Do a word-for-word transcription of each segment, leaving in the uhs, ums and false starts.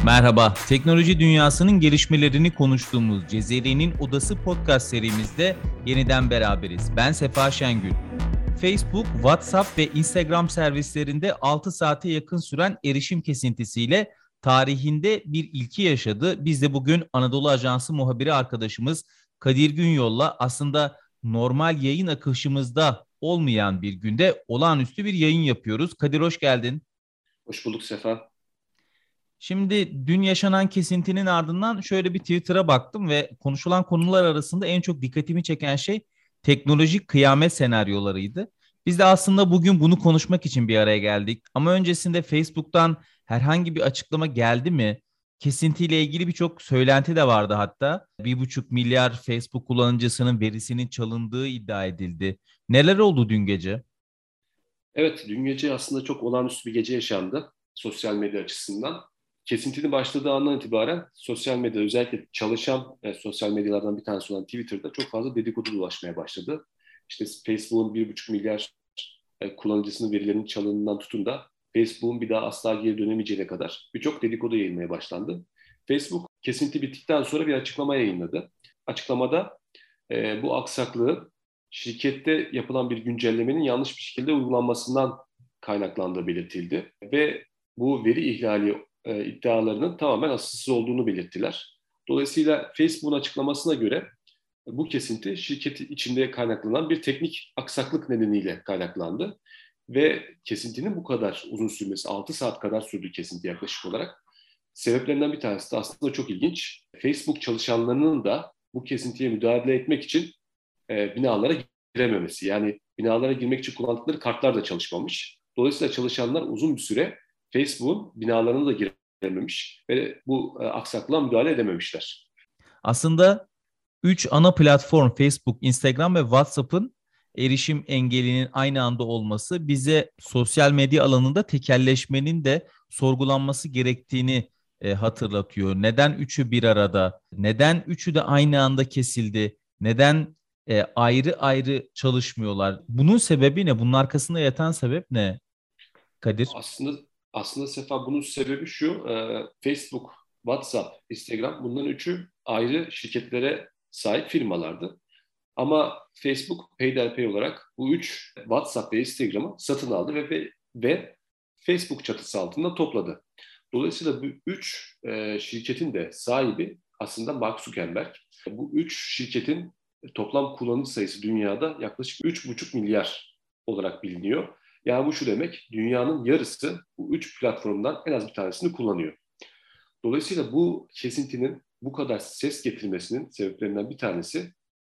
Merhaba, teknoloji dünyasının gelişmelerini konuştuğumuz Cezeri'nin Odası podcast serimizde yeniden beraberiz. Ben Sefa Şengül. Facebook, WhatsApp ve Instagram servislerinde altı saate yakın süren erişim kesintisiyle tarihinde bir ilki yaşadı. Biz de bugün Anadolu Ajansı muhabiri arkadaşımız Kadir Günyol'la aslında normal yayın akışımızda olmayan bir günde olağanüstü bir yayın yapıyoruz. Kadir, hoş geldin. Hoş bulduk Sefa. Şimdi dün yaşanan kesintinin ardından şöyle bir Twitter'a baktım ve konuşulan konular arasında en çok dikkatimi çeken şey teknolojik kıyamet senaryolarıydı. Biz de aslında bugün bunu konuşmak için bir araya geldik. Ama öncesinde Facebook'tan herhangi bir açıklama geldi mi? Kesintiyle ilgili birçok söylenti de vardı hatta. Bir buçuk milyar Facebook kullanıcısının verisinin çalındığı iddia edildi. Neler oldu dün gece? Evet, dün gece aslında çok olağanüstü bir gece yaşandı sosyal medya açısından. Kesintinin başladığı andan itibaren sosyal medya, özellikle çalışan e, sosyal medyalardan bir tanesi olan Twitter'da çok fazla dedikodu dolaşmaya başladı. İşte Facebook'un bir buçuk milyar e, kullanıcısının verilerinin çalındığından tutun da Facebook'un bir daha asla geri dönemeyeceğine kadar birçok dedikodu yayılmaya başlandı. Facebook kesinti bittikten sonra bir açıklama yayınladı. Açıklamada e, bu aksaklığı şirkette yapılan bir güncellemenin yanlış bir şekilde uygulanmasından kaynaklandığı belirtildi. Ve bu veri ihlali e, iddialarının tamamen asılsız olduğunu belirttiler. Dolayısıyla Facebook'un açıklamasına göre bu kesinti şirket içinde kaynaklanan bir teknik aksaklık nedeniyle kaynaklandı. Ve kesintinin bu kadar uzun sürmesi, altı saat kadar sürdü kesinti yaklaşık olarak. Sebeplerinden bir tanesi de aslında çok ilginç. Facebook çalışanlarının da bu kesintiye müdahale etmek için e, binalara girememesi. Yani binalara girmek için kullandıkları kartlar da çalışmamış. Dolayısıyla çalışanlar uzun bir süre Facebook'un binalarına da girememiş ve bu e, aksaklığa müdahale edememişler. Aslında üç ana platform Facebook, Instagram ve WhatsApp'ın erişim engelinin aynı anda olması bize sosyal medya alanında tekelleşmenin de sorgulanması gerektiğini e, hatırlatıyor. Neden üçü bir arada? Neden üçü de aynı anda kesildi? Neden e, ayrı ayrı çalışmıyorlar? Bunun sebebi ne? Bunun arkasında yatan sebep ne, Kadir? Aslında aslında Sefa, bunun sebebi şu: e, Facebook, WhatsApp, Instagram, bunların üçü ayrı şirketlere sahip firmalardı. Ama Facebook peyderpey olarak bu üç WhatsApp ve Instagram'ı satın aldı ve, ve, ve Facebook çatısı altında topladı. Dolayısıyla bu üç e, şirketin de sahibi aslında Mark Zuckerberg. Bu üç şirketin toplam kullanıcı sayısı dünyada yaklaşık üç buçuk milyar olarak biliniyor. Yani bu şu demek: dünyanın yarısı bu üç platformdan en az bir tanesini kullanıyor. Dolayısıyla bu kesintinin bu kadar ses getirmesinin sebeplerinden bir tanesi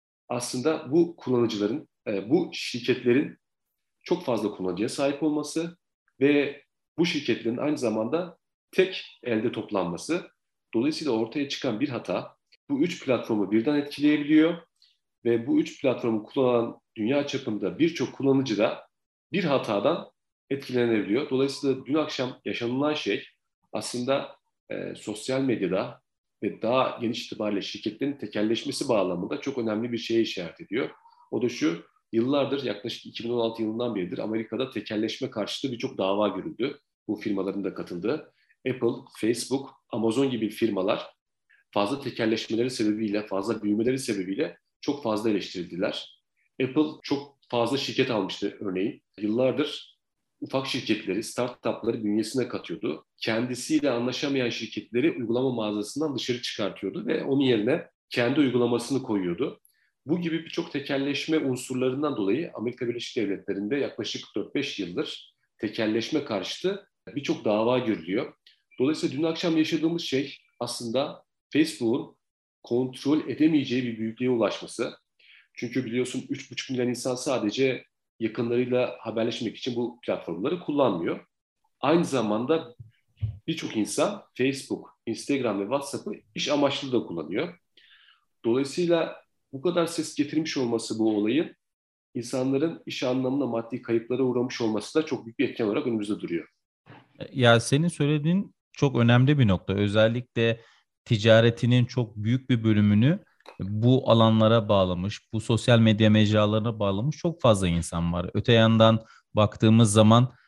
aslında bu kullanıcıların, e, bu şirketlerin çok fazla kullanıcıya sahip olması ve bu şirketlerin aynı zamanda tek elde toplanması. Dolayısıyla ortaya çıkan bir hata bu üç platformu birden etkileyebiliyor ve bu üç platformu kullanan dünya çapında birçok kullanıcı da bir hatadan etkilenebiliyor. Dolayısıyla dün akşam yaşanılan şey aslında e, sosyal medyada ve daha geniş itibariyle şirketlerin tekelleşmesi bağlamında çok önemli bir şeye işaret ediyor. O da şu: yıllardır, yaklaşık iki bin on altı yılından beridir Amerika'da tekelleşme karşıtı birçok dava görüldü. Bu firmaların da katıldığı. Apple, Facebook, Amazon gibi firmalar fazla tekelleşmeleri sebebiyle, fazla büyümeleri sebebiyle çok fazla eleştirildiler. Apple çok fazla şirket almıştı örneğin. Yıllardır ufak şirketleri, startupları bünyesine katıyordu. Kendisiyle anlaşamayan şirketleri uygulama mağazasından dışarı çıkartıyordu ve onun yerine kendi uygulamasını koyuyordu. Bu gibi birçok tekelleşme unsurlarından dolayı Amerika Birleşik Devletleri'nde yaklaşık dört beş yıldır tekelleşme karşıtı birçok dava görülüyor. Dolayısıyla dün akşam yaşadığımız şey aslında Facebook'un kontrol edemeyeceği bir büyüklüğe ulaşması. Çünkü biliyorsun üç buçuk milyon insan sadece yakınlarıyla haberleşmek için bu platformları kullanmıyor. Aynı zamanda birçok insan Facebook, Instagram ve WhatsApp'ı iş amaçlı da kullanıyor. Dolayısıyla bu kadar ses getirmiş olması bu olayın, insanların iş anlamında maddi kayıplara uğramış olması da çok büyük bir etken olarak önümüzde duruyor. Ya senin söylediğin çok önemli bir nokta. Özellikle ticaretinin çok büyük bir bölümünü bu alanlara bağlamış, bu sosyal medya mecralarına bağlamış çok fazla insan var. Öte yandan baktığımız zaman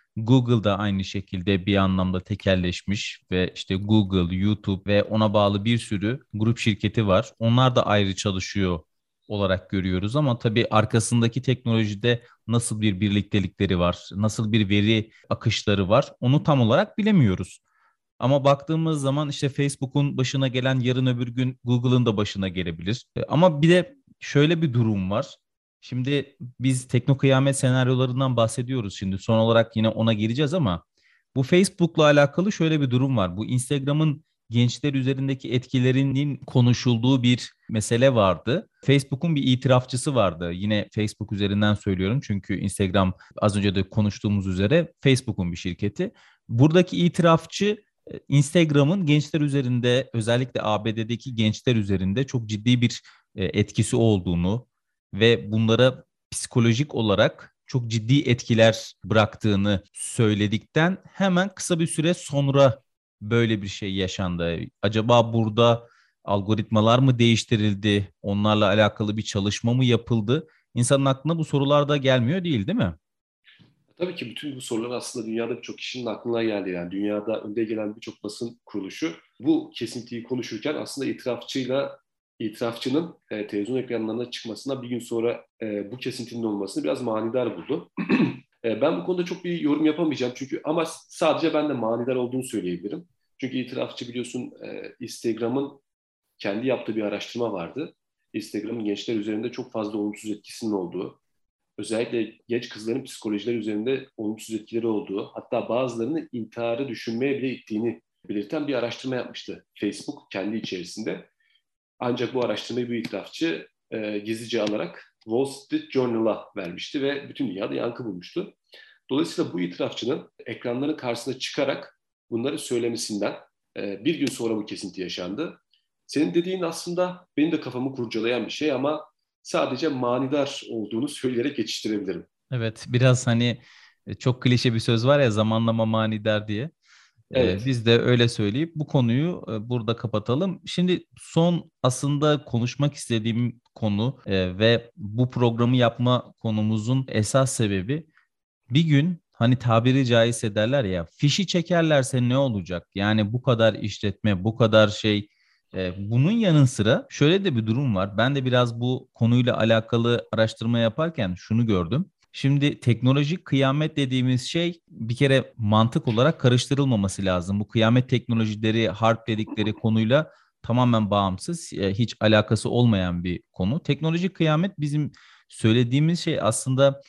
Google da aynı şekilde bir anlamda tekelleşmiş ve işte Google, YouTube ve ona bağlı bir sürü grup şirketi var. Onlar da ayrı çalışıyor olarak görüyoruz ama tabii arkasındaki teknolojide nasıl bir birliktelikleri var, nasıl bir veri akışları var onu tam olarak bilemiyoruz. Ama baktığımız zaman işte Facebook'un başına gelen yarın öbür gün Google'ın da başına gelebilir. E, Ama bir de şöyle bir durum var. Şimdi biz tekno kıyamet senaryolarından bahsediyoruz şimdi. Son olarak yine ona geleceğiz ama bu Facebook'la alakalı şöyle bir durum var. Bu Instagram'ın gençler üzerindeki etkilerinin konuşulduğu bir mesele vardı. Facebook'un bir itirafçısı vardı. Yine Facebook üzerinden söylüyorum çünkü Instagram az önce de konuştuğumuz üzere Facebook'un bir şirketi. Buradaki itirafçı Instagram'ın gençler üzerinde özellikle A B D'deki gençler üzerinde çok ciddi bir e, etkisi olduğunu ve bunlara psikolojik olarak çok ciddi etkiler bıraktığını söyledikten hemen kısa bir süre sonra böyle bir şey yaşandı. Acaba burada algoritmalar mı değiştirildi? Onlarla alakalı bir çalışma mı yapıldı? İnsanın aklına bu sorular da gelmiyor değil, değil mi? Tabii ki bütün bu sorular aslında dünyada birçok kişinin aklına geldi. Yani dünyada önde gelen birçok basın kuruluşu bu kesintiyi konuşurken aslında itirafçıyla itirafçının e, televizyon ekranlarına çıkmasına bir gün sonra e, bu kesintinin olmasını biraz manidar buldu. E, ben bu konuda çok bir yorum yapamayacağım çünkü ama sadece ben de manidar olduğunu söyleyebilirim. Çünkü itirafçı biliyorsun e, Instagram'ın kendi yaptığı bir araştırma vardı. Instagram'ın gençler üzerinde çok fazla olumsuz etkisinin olduğu, özellikle genç kızların psikolojileri üzerinde olumsuz etkileri olduğu, hatta bazılarını intiharı düşünmeye bile ittiğini belirten bir araştırma yapmıştı Facebook kendi içerisinde. Ancak bu araştırmayı bir itirafçı e, gizlice alarak Wall Street Journal'a vermişti ve bütün dünyada yankı bulmuştu. Dolayısıyla bu itirafçının ekranların karşısına çıkarak bunları söylemesinden e, bir gün sonra bu kesinti yaşandı. Senin dediğin aslında benim de kafamı kurcalayan bir şey ama sadece manidar olduğunu söyleyerek geçiştirebilirim. Evet, biraz hani e, çok klişe bir söz var ya zamanlama manidar diye. Ee, Evet. biz de öyle söyleyip bu konuyu e, burada kapatalım. Şimdi son aslında konuşmak istediğim konu e, ve bu programı yapma konumuzun esas sebebi bir gün hani tabiri caizse derler ya fişi çekerlerse ne olacak? Yani bu kadar işletme, bu kadar şey. E, bunun yanı sıra şöyle de bir durum var. Ben de biraz bu konuyla alakalı araştırma yaparken şunu gördüm. Şimdi teknolojik kıyamet dediğimiz şey bir kere mantık olarak karıştırılmaması lazım. Bu kıyamet teknolojileri, harp dedikleri konuyla tamamen bağımsız, e, hiç alakası olmayan bir konu. Teknolojik kıyamet bizim söylediğimiz şey aslında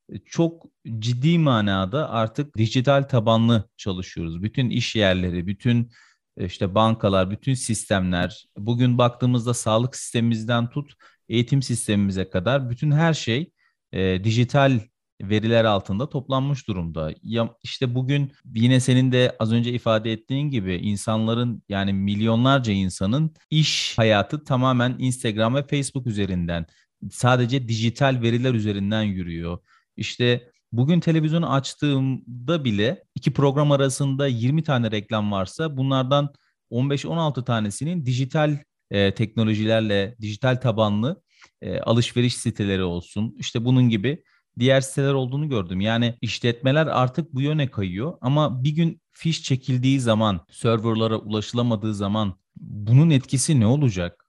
çok ciddi manada artık dijital tabanlı çalışıyoruz. Bütün iş yerleri, bütün e, işte bankalar, bütün sistemler, bugün baktığımızda sağlık sistemimizden tut, eğitim sistemimize kadar bütün her şey e, dijital veriler altında toplanmış durumda. Ya işte bugün yine senin de az önce ifade ettiğin gibi insanların yani milyonlarca insanın iş hayatı tamamen Instagram ve Facebook üzerinden sadece dijital veriler üzerinden yürüyor. İşte bugün televizyonu açtığımda bile iki program arasında yirmi tane reklam varsa bunlardan on beş on altı tanesinin dijital e, teknolojilerle, dijital tabanlı e, alışveriş siteleri olsun. İşte bunun gibi diğer siteler olduğunu gördüm. Yani işletmeler artık bu yöne kayıyor ama bir gün fiş çekildiği zaman, serverlara ulaşılamadığı zaman bunun etkisi ne olacak?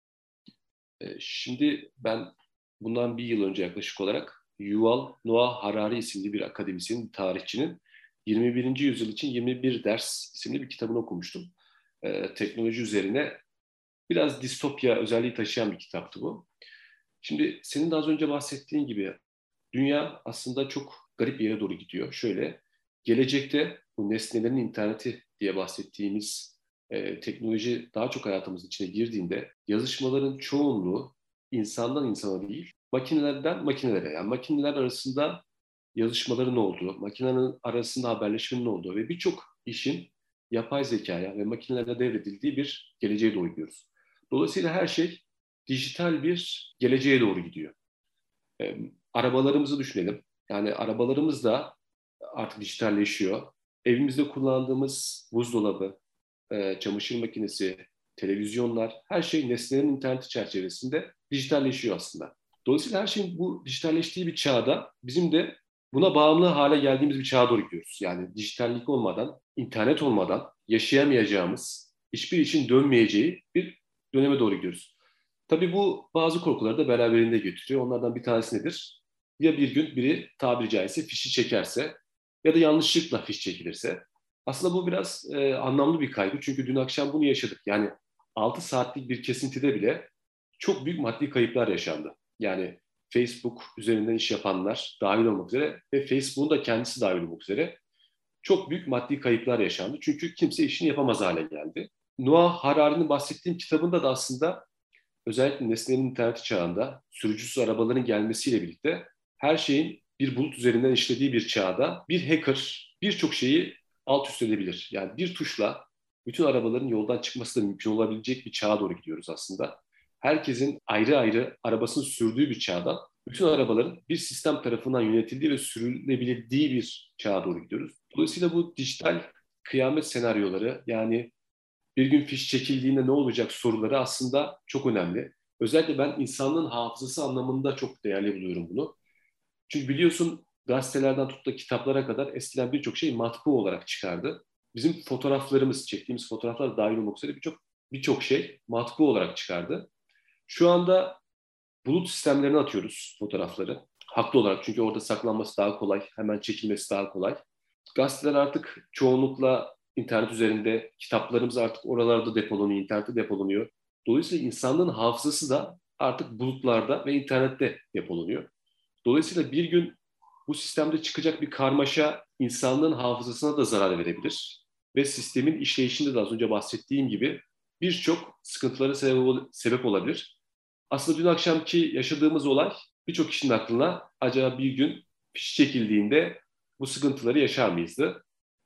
E, Şimdi ben bundan bir yıl önce yaklaşık olarak Yuval Noah Harari isimli bir akademisyenin, bir tarihçinin yirmi birinci yüzyıl için yirmi bir ders isimli bir kitabını okumuştum. E, teknoloji üzerine biraz distopya özelliği taşıyan bir kitaptı bu. Şimdi senin de az önce bahsettiğin gibi dünya aslında çok garip bir yere doğru gidiyor. Şöyle, gelecekte bu nesnelerin interneti diye bahsettiğimiz e, teknoloji daha çok hayatımızın içine girdiğinde yazışmaların çoğunluğu insandan insana değil, makinelerden makinelere. Yani makineler arasında yazışmaların olduğu, makinelerin arasında haberleşmenin olduğu ve birçok işin yapay zekaya ve makinelere devredildiği bir geleceğe doğru gidiyoruz. Dolayısıyla her şey dijital bir geleceğe doğru gidiyor. E, Arabalarımızı düşünelim. Yani arabalarımız da artık dijitalleşiyor. Evimizde kullandığımız buzdolabı, e, çamaşır makinesi, televizyonlar, her şey nesnelerin interneti çerçevesinde dijitalleşiyor aslında. Dolayısıyla her şeyin bu dijitalleştiği bir çağda bizim de Buna bağımlı hale geldiğimiz bir çağa doğru gidiyoruz. Yani dijitallik olmadan, internet olmadan yaşayamayacağımız, hiçbir işin dönmeyeceği bir döneme doğru gidiyoruz. Tabii bu bazı korkuları da beraberinde getiriyor. Onlardan bir tanesi nedir? Ya bir gün biri tabiri caizse fişi çekerse ya da yanlışlıkla fiş çekilirse. Aslında bu biraz e, anlamlı bir kaygı. Çünkü dün akşam bunu yaşadık. Yani altı saatlik bir kesintide bile çok büyük maddi kayıplar yaşandı. Yani Facebook üzerinden iş yapanlar dahil olmak üzere ve Facebook'un da kendisi dahil olmak üzere çok büyük maddi kayıplar yaşandı. Çünkü kimse işini yapamaz hale geldi. Noah Harari'nin bahsettiğim kitabında da aslında özellikle nesnelerin interneti çağında sürücüsüz arabaların gelmesiyle birlikte her şeyin bir bulut üzerinden işlediği bir çağda bir hacker birçok şeyi alt üst edebilir. Yani bir tuşla bütün arabaların yoldan çıkması da mümkün olabilecek bir çağa doğru gidiyoruz aslında. Herkesin ayrı ayrı arabasını sürdüğü bir çağdan bütün arabaların bir sistem tarafından yönetildiği ve sürülebildiği bir çağa doğru gidiyoruz. Dolayısıyla bu dijital kıyamet senaryoları, yani bir gün fiş çekildiğinde ne olacak soruları aslında çok önemli. Özellikle ben insanlığın hafızası anlamında çok değerli buluyorum bunu. Çünkü biliyorsun gazetelerden tut da kitaplara kadar eskiden birçok şey matbu olarak çıkardı. Bizim fotoğraflarımız, çektiğimiz fotoğraflar dahil olmak üzere birçok birçok şey matbu olarak çıkardı. Şu anda bulut sistemlerine atıyoruz fotoğrafları. Haklı olarak, çünkü orada saklanması daha kolay, hemen çekilmesi daha kolay. Gazeteler artık çoğunlukla internet üzerinde, kitaplarımız artık oralarda depolanıyor, internette depolanıyor. Dolayısıyla insanlığın hafızası da artık bulutlarda ve internette depolanıyor. Dolayısıyla bir gün bu sistemde çıkacak bir karmaşa insanlığın hafızasına da zarar verebilir. Ve sistemin işleyişinde de az önce bahsettiğim gibi birçok sıkıntılara sebep, sebep olabilir. Aslında dün akşamki yaşadığımız olay birçok kişinin aklına acaba bir gün fiş çekildiğinde bu sıkıntıları yaşar mıyızdı?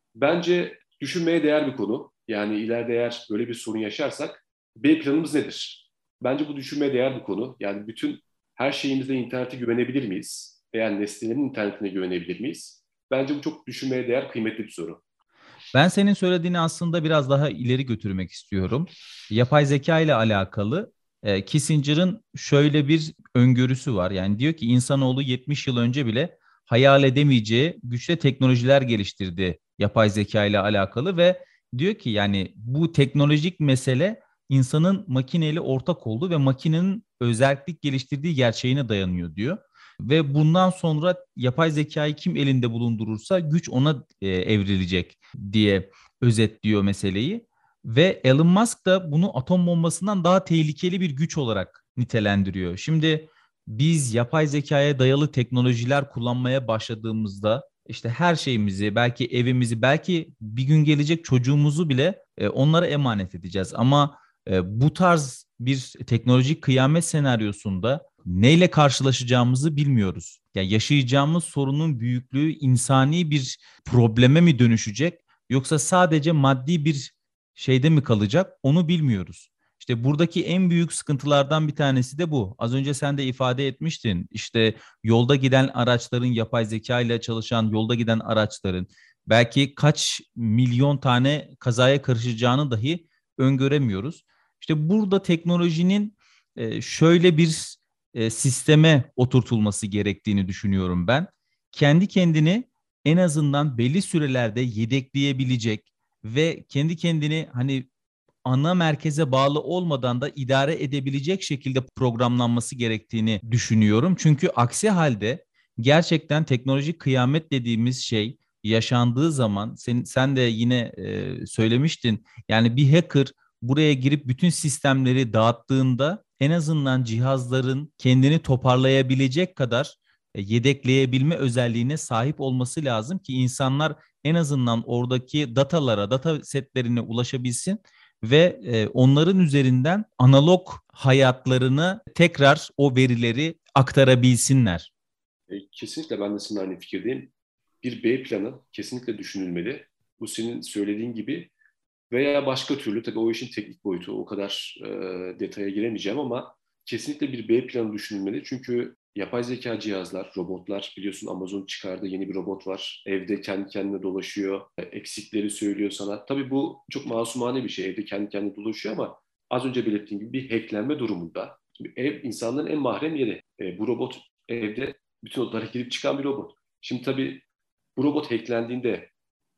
Bence düşünmeye değer bir konu. Yani ileride eğer böyle bir sorun yaşarsak B planımız nedir? Bence bu düşünmeye değer bir konu. Yani bütün her şeyimizde internete güvenebilir miyiz? Veya nesnelerin internetine güvenebilir miyiz? Bence bu çok düşünmeye değer, kıymetli bir soru. Ben senin söylediğini aslında biraz daha ileri götürmek istiyorum. Yapay zeka ile alakalı e, Kissinger'ın şöyle bir öngörüsü var. Yani diyor ki insanoğlu yetmiş yıl önce bile hayal edemeyeceği güçlü teknolojiler geliştirdi yapay zeka ile alakalı ve diyor ki yani bu teknolojik mesele insanın makineyle ortak olduğu ve makinenin özellik geliştirdiği gerçeğine dayanıyor diyor. Ve bundan sonra yapay zekayı kim elinde bulundurursa güç ona e, evrilecek diye özetliyor meseleyi. Ve Elon Musk da bunu atom bombasından daha tehlikeli bir güç olarak nitelendiriyor. Şimdi biz yapay zekaya dayalı teknolojiler kullanmaya başladığımızda işte her şeyimizi, belki evimizi, belki bir gün gelecek çocuğumuzu bile e, onlara emanet edeceğiz. Ama e, bu tarz bir teknolojik kıyamet senaryosunda neyle karşılaşacağımızı bilmiyoruz. Yani yaşayacağımız sorunun büyüklüğü insani bir probleme mi dönüşecek yoksa sadece maddi bir şeyde mi kalacak onu bilmiyoruz. İşte buradaki en büyük sıkıntılardan bir tanesi de bu. Az önce sen de ifade etmiştin. İşte yolda giden araçların, yapay zeka ile çalışan yolda giden araçların belki kaç milyon tane kazaya karışacağını dahi öngöremiyoruz. İşte burada teknolojinin e, şöyle bir e, sisteme oturtulması gerektiğini düşünüyorum ben. Kendi kendini en azından belli sürelerde yedekleyebilecek ve kendi kendini hani ana merkeze bağlı olmadan da idare edebilecek şekilde programlanması gerektiğini düşünüyorum. Çünkü aksi halde gerçekten teknolojik kıyamet dediğimiz şey yaşandığı zaman sen, sen de yine e, söylemiştin. Yani bir hacker buraya girip bütün sistemleri dağıttığında en azından cihazların kendini toparlayabilecek kadar e, yedekleyebilme özelliğine sahip olması lazım ki insanlar en azından oradaki datalara, data setlerine ulaşabilsin ve e, onların üzerinden analog hayatlarını tekrar o verileri aktarabilsinler. E, kesinlikle ben de seninle aynı fikirdeyim. Bir B planı kesinlikle düşünülmeli. Bu senin söylediğin gibi veya başka türlü, tabii o işin teknik boyutu, o kadar e, detaya giremeyeceğim ama kesinlikle bir B planı düşünülmeli. Çünkü yapay zeka cihazlar, robotlar, biliyorsun Amazon çıkardı, yeni bir robot var. Evde kendi kendine dolaşıyor, e, eksikleri söylüyor sana. Tabii bu çok masumane bir şey, evde kendi kendine dolaşıyor ama az önce belirttiğim gibi bir hacklenme durumunda. Şimdi ev insanların en mahrem yeri. E, bu robot evde bütün odalara girip çıkan bir robot. Şimdi tabii bu robot hacklendiğinde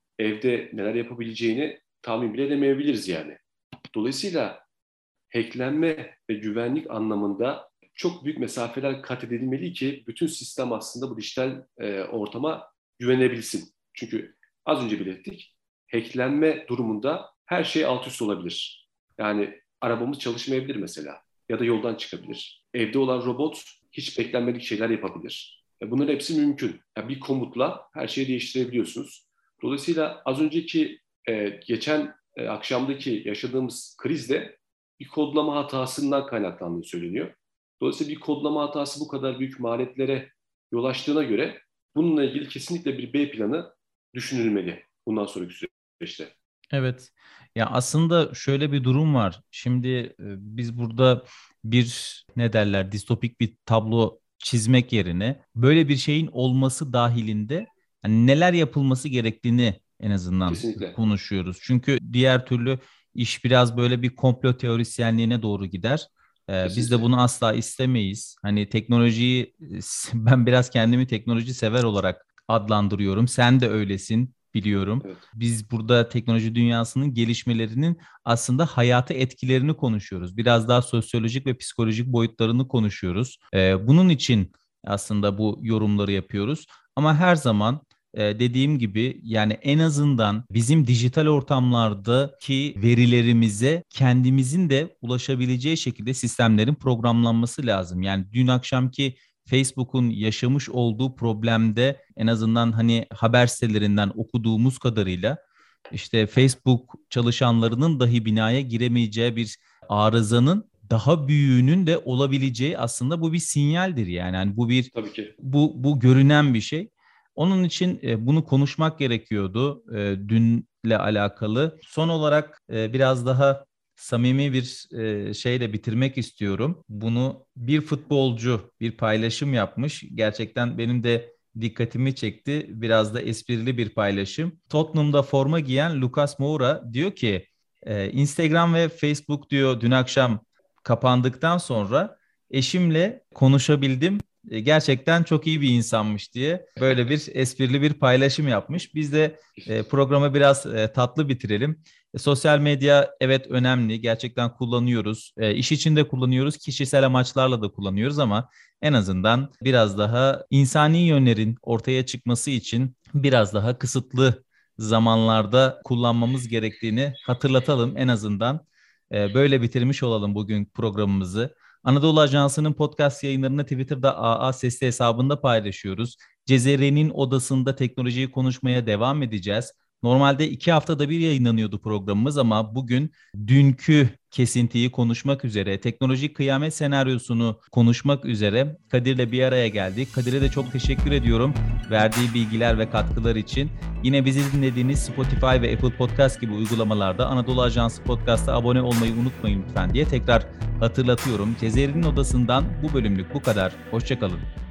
evde neler yapabileceğini tahmin bile edemeyebiliriz yani. Dolayısıyla hacklenme ve güvenlik anlamında çok büyük mesafeler kat edilmeli ki bütün sistem aslında bu dijital e, ortama güvenebilsin. Çünkü az önce belirttik, hacklenme durumunda her şey alt üst olabilir. Yani arabamız çalışmayabilir mesela ya da yoldan çıkabilir. Evde olan robot hiç beklenmedik şeyler yapabilir. E, bunların hepsi mümkün. Yani bir komutla her şeyi değiştirebiliyorsunuz. Dolayısıyla az önceki e, geçen e, akşamdaki yaşadığımız krizde bir kodlama hatasından kaynaklandığı söyleniyor. Dolayısıyla bir kodlama hatası bu kadar büyük maliyetlere yol açtığına göre bununla ilgili kesinlikle bir B planı düşünülmeli bundan sonraki süreçte. Evet. Ya aslında şöyle bir durum var. Şimdi e, biz burada bir ne derler distopik bir tablo çizmek yerine böyle bir şeyin olması dahilinde hani neler yapılması gerektiğini en azından Kesinlikle. konuşuyoruz. Çünkü diğer türlü iş biraz böyle bir komplo teorisyenliğine doğru gider. Ee, biz de Kesinlikle. bunu asla istemeyiz. Hani teknolojiyi ben biraz kendimi teknoloji sever olarak adlandırıyorum. Sen de öylesin biliyorum. Evet. Biz burada teknoloji dünyasının gelişmelerinin aslında hayata etkilerini konuşuyoruz. Biraz daha sosyolojik ve psikolojik boyutlarını konuşuyoruz. Ee, bunun için aslında bu yorumları yapıyoruz. Ama her zaman e, dediğim gibi yani en azından bizim dijital ortamlardaki verilerimize kendimizin de ulaşabileceği şekilde sistemlerin programlanması lazım. Yani dün akşamki Facebook'un yaşamış olduğu problemde en azından hani haber sitelerinden okuduğumuz kadarıyla işte Facebook çalışanlarının dahi binaya giremeyeceği bir arızanın daha büyüğünün de olabileceği aslında bu bir sinyaldir yani. Yani bu bir Tabii ki. bu bu görünen bir şey. Onun için e, bunu konuşmak gerekiyordu e, dünle alakalı. Son olarak e, biraz daha samimi bir e, şeyle bitirmek istiyorum. Bunu bir futbolcu bir paylaşım yapmış. Gerçekten benim de dikkatimi çekti. Biraz da esprili bir paylaşım. Tottenham'da forma giyen Lucas Moura diyor ki e, Instagram ve Facebook diyor dün akşam kapandıktan sonra eşimle konuşabildim. E, Gerçekten çok iyi bir insanmış diye böyle bir esprili bir paylaşım yapmış. Biz de e, programı biraz e, tatlı bitirelim. E, sosyal medya evet önemli. Gerçekten kullanıyoruz. E, iş için de kullanıyoruz. Kişisel amaçlarla da kullanıyoruz ama en azından biraz daha insani yönlerin ortaya çıkması için biraz daha kısıtlı zamanlarda kullanmamız gerektiğini hatırlatalım en azından. E, böyle bitirmiş olalım bugün programımızı. Anadolu Ajansı'nın podcast yayınlarını Twitter'da A A Sesli hesabında paylaşıyoruz. Cezeri'nin odasında teknolojiyi konuşmaya devam edeceğiz. Normalde iki haftada bir yayınlanıyordu programımız ama bugün dünkü kesintiyi konuşmak üzere, teknolojik kıyamet senaryosunu konuşmak üzere Kadir'le bir araya geldik. Kadir'e de çok teşekkür ediyorum verdiği bilgiler ve katkılar için. Yine bizi dinlediğiniz Spotify ve Apple Podcast gibi uygulamalarda Anadolu Ajansı Podcast'a abone olmayı unutmayın lütfen diye tekrar hatırlatıyorum. Cezeri'nin odasından bu bölümlük bu kadar. Hoşça kalın.